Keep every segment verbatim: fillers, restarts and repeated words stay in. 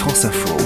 France Info.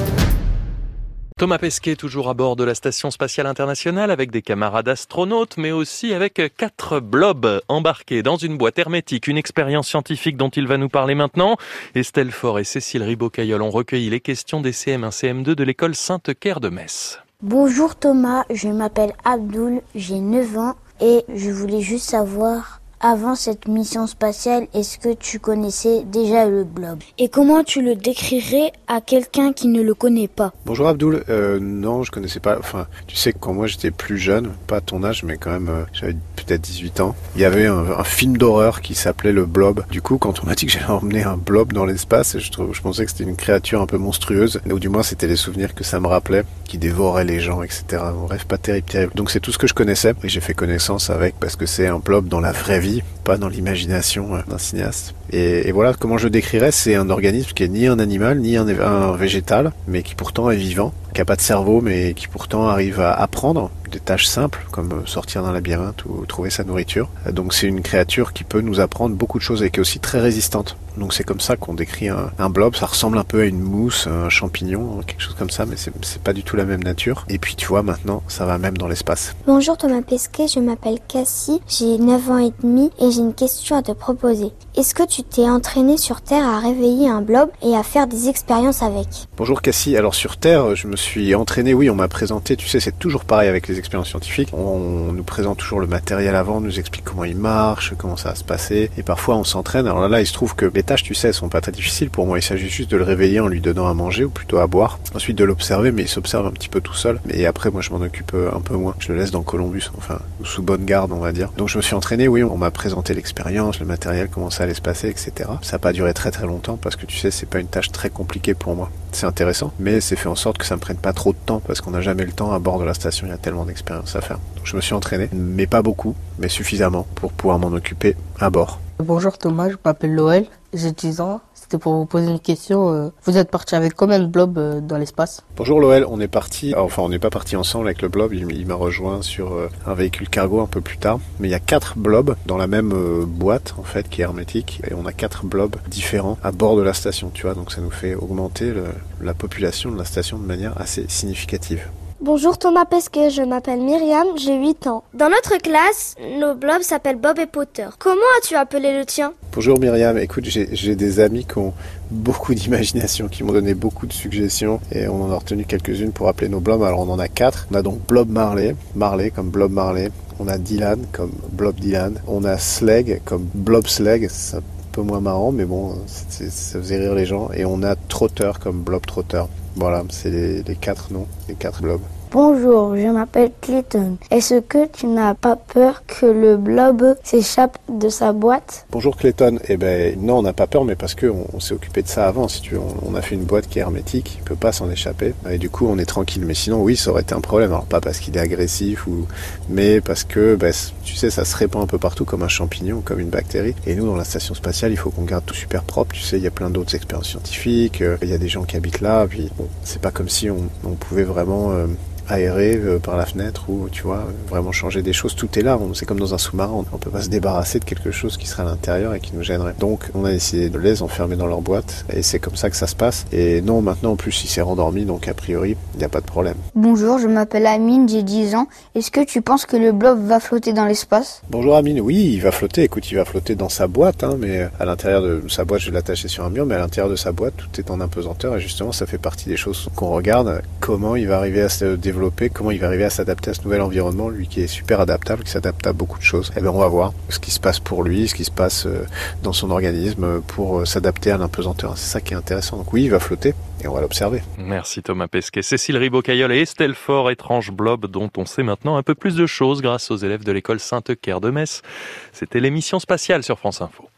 Thomas Pesquet, toujours à bord de la Station Spatiale Internationale avec des camarades astronautes, mais aussi avec quatre blobs embarqués dans une boîte hermétique. Une expérience scientifique dont il va nous parler maintenant. Estelle Faure et Cécile Ribaud-Caillol ont recueilli les questions des C M un C M deux de l'école Sainte-Claire de Metz. Bonjour Thomas, je m'appelle Abdoul, j'ai neuf ans et je voulais juste savoir, avant cette mission spatiale, est-ce que tu connaissais déjà le blob? Et comment tu le décrirais à quelqu'un qui ne le connaît pas? Bonjour Abdoul, euh, non je connaissais pas, enfin tu sais que quand moi j'étais plus jeune, pas à ton âge mais quand même euh, j'avais peut-être dix-huit ans, il y avait un, un film d'horreur qui s'appelait le Blob. Du coup quand on m'a dit que j'allais emmener un blob dans l'espace, je, trouve, je pensais que c'était une créature un peu monstrueuse, ou du moins c'était les souvenirs que ça me rappelait, qui dévorait les gens, et cetera. Bref, pas terrible, terrible. Donc c'est tout ce que je connaissais et j'ai fait connaissance avec parce que c'est un blob dans la vraie vie, pas dans l'imagination d'un cinéaste. Et, et voilà comment je le décrirais, c'est un organisme qui est ni un animal, ni un, un végétal, mais qui pourtant est vivant, qui n'a pas de cerveau, mais qui pourtant arrive à apprendre des tâches simples, comme sortir d'un labyrinthe ou trouver sa nourriture. Donc c'est une créature qui peut nous apprendre beaucoup de choses et qui est aussi très résistante. Donc c'est comme ça qu'on décrit un, un blob, ça ressemble un peu à une mousse, un champignon, quelque chose comme ça, mais c'est, c'est pas du tout la même nature. Et puis tu vois, maintenant, ça va même dans l'espace. Bonjour Thomas Pesquet, je m'appelle Cassie, j'ai neuf ans et demi et j'ai une question à te proposer. Est-ce que tu t'es entraîné sur Terre à réveiller un blob et à faire des expériences avec? Bonjour Cassie, alors sur Terre, je me suis entraîné, oui, on m'a présenté, tu sais, c'est toujours pareil avec les expériences scientifiques, on, on nous présente toujours le matériel avant, on nous explique comment il marche, comment ça va se passer, et parfois on s'entraîne. Alors là, là il se trouve que les tâches, tu sais, sont pas très difficiles pour moi, il s'agit juste de le réveiller en lui donnant à manger, ou plutôt à boire, ensuite de l'observer, mais il s'observe un petit peu tout seul, et après moi je m'en occupe un peu moins, je le laisse dans Columbus, enfin, sous bonne garde on va dire. Donc je me suis entraîné, oui, on m'a présenté l'expérience, le matériel, comment ça allait se passer, et cetera. Ça n'a pas duré très très longtemps, parce que tu sais, c'est pas une tâche très compliquée pour moi. C'est intéressant, mais c'est fait en sorte que ça me prenne pas trop de temps, parce qu'on n'a jamais le temps à bord de la station, il y a tellement d'expériences à faire. Donc je me suis entraîné, mais pas beaucoup, mais suffisamment pour pouvoir m'en occuper à bord. Bonjour Thomas, je m'appelle Noël, j'ai dix ans. C'était pour vous poser une question. Vous êtes parti avec combien de blobs dans l'espace? Bonjour Noël, on est parti, enfin on n'est pas parti ensemble avec le blob, il, il m'a rejoint sur un véhicule cargo un peu plus tard. Mais il y a quatre blobs dans la même boîte en fait qui est hermétique et on a quatre blobs différents à bord de la station, tu vois, donc ça nous fait augmenter le, la population de la station de manière assez significative. Bonjour Thomas Pesquet, je m'appelle Myriam, j'ai huit ans. Dans notre classe, nos blobs s'appellent Bob et Potter. Comment as-tu appelé le tien? Bonjour Myriam, écoute, j'ai, j'ai des amis qui ont beaucoup d'imagination, qui m'ont donné beaucoup de suggestions et on en a retenu quelques-unes pour appeler nos blobs. Alors on en a quatre. On a donc Blob Marley, Marley comme Blob Marley. On a Dylan comme Blob Dylan. On a Sleg comme Blob Sleg. C'est un peu moins marrant, mais bon, c'est, ça faisait rire les gens. Et on a Trotter comme Blob Trotter. Voilà, c'est les, les quatre noms, les quatre blobs. Bonjour, je m'appelle Clayton. Est-ce que tu n'as pas peur que le blob s'échappe de sa boîte? Bonjour Clayton. Eh ben non, on n'a pas peur, mais parce qu'on on s'est occupé de ça avant, si tu veux. On, on a fait une boîte qui est hermétique, il peut pas s'en échapper. Et du coup, on est tranquille. Mais sinon, oui, ça aurait été un problème. Alors pas parce qu'il est agressif, ou mais parce que, ben, tu sais, ça se répand un peu partout comme un champignon, comme une bactérie. Et nous, dans la station spatiale, il faut qu'on garde tout super propre. Tu sais, il y a plein d'autres expériences scientifiques. Euh, il y a des gens qui habitent là. Puis bon, c'est pas comme si on, on pouvait vraiment euh, aérer euh, par la fenêtre ou tu vois vraiment changer des choses. Tout est là, on, c'est comme dans un sous-marin, on peut pas se débarrasser de quelque chose qui serait à l'intérieur et qui nous gênerait. Donc on a essayé de les enfermer dans leur boîte et c'est comme ça que ça se passe. Et non, maintenant en plus il s'est rendormi, donc a priori il n'y a pas de problème. Bonjour, je m'appelle Amine, j'ai dix ans. Est-ce que tu penses que le blob va flotter dans l'espace? Bonjour Amine, oui il va flotter, écoute il va flotter dans sa boîte, hein, mais à l'intérieur de sa boîte je vais l'attacher sur un mur, mais à l'intérieur de sa boîte tout est en apesanteur et justement ça fait partie des choses qu'on regarde, comment il va arriver à se développer, comment il va arriver à s'adapter à ce nouvel environnement, lui qui est super adaptable, qui s'adapte à beaucoup de choses. Et bien on va voir ce qui se passe pour lui, ce qui se passe dans son organisme pour s'adapter à l'impesanteur. C'est ça qui est intéressant. Donc oui, il va flotter et on va l'observer. Merci Thomas Pesquet, Cécile Ribaud-Caillol et Estelle Faure, étrange blob dont on sait maintenant un peu plus de choses grâce aux élèves de l'école Sainte-Claire de Metz. C'était l'émission spatiale sur France Info.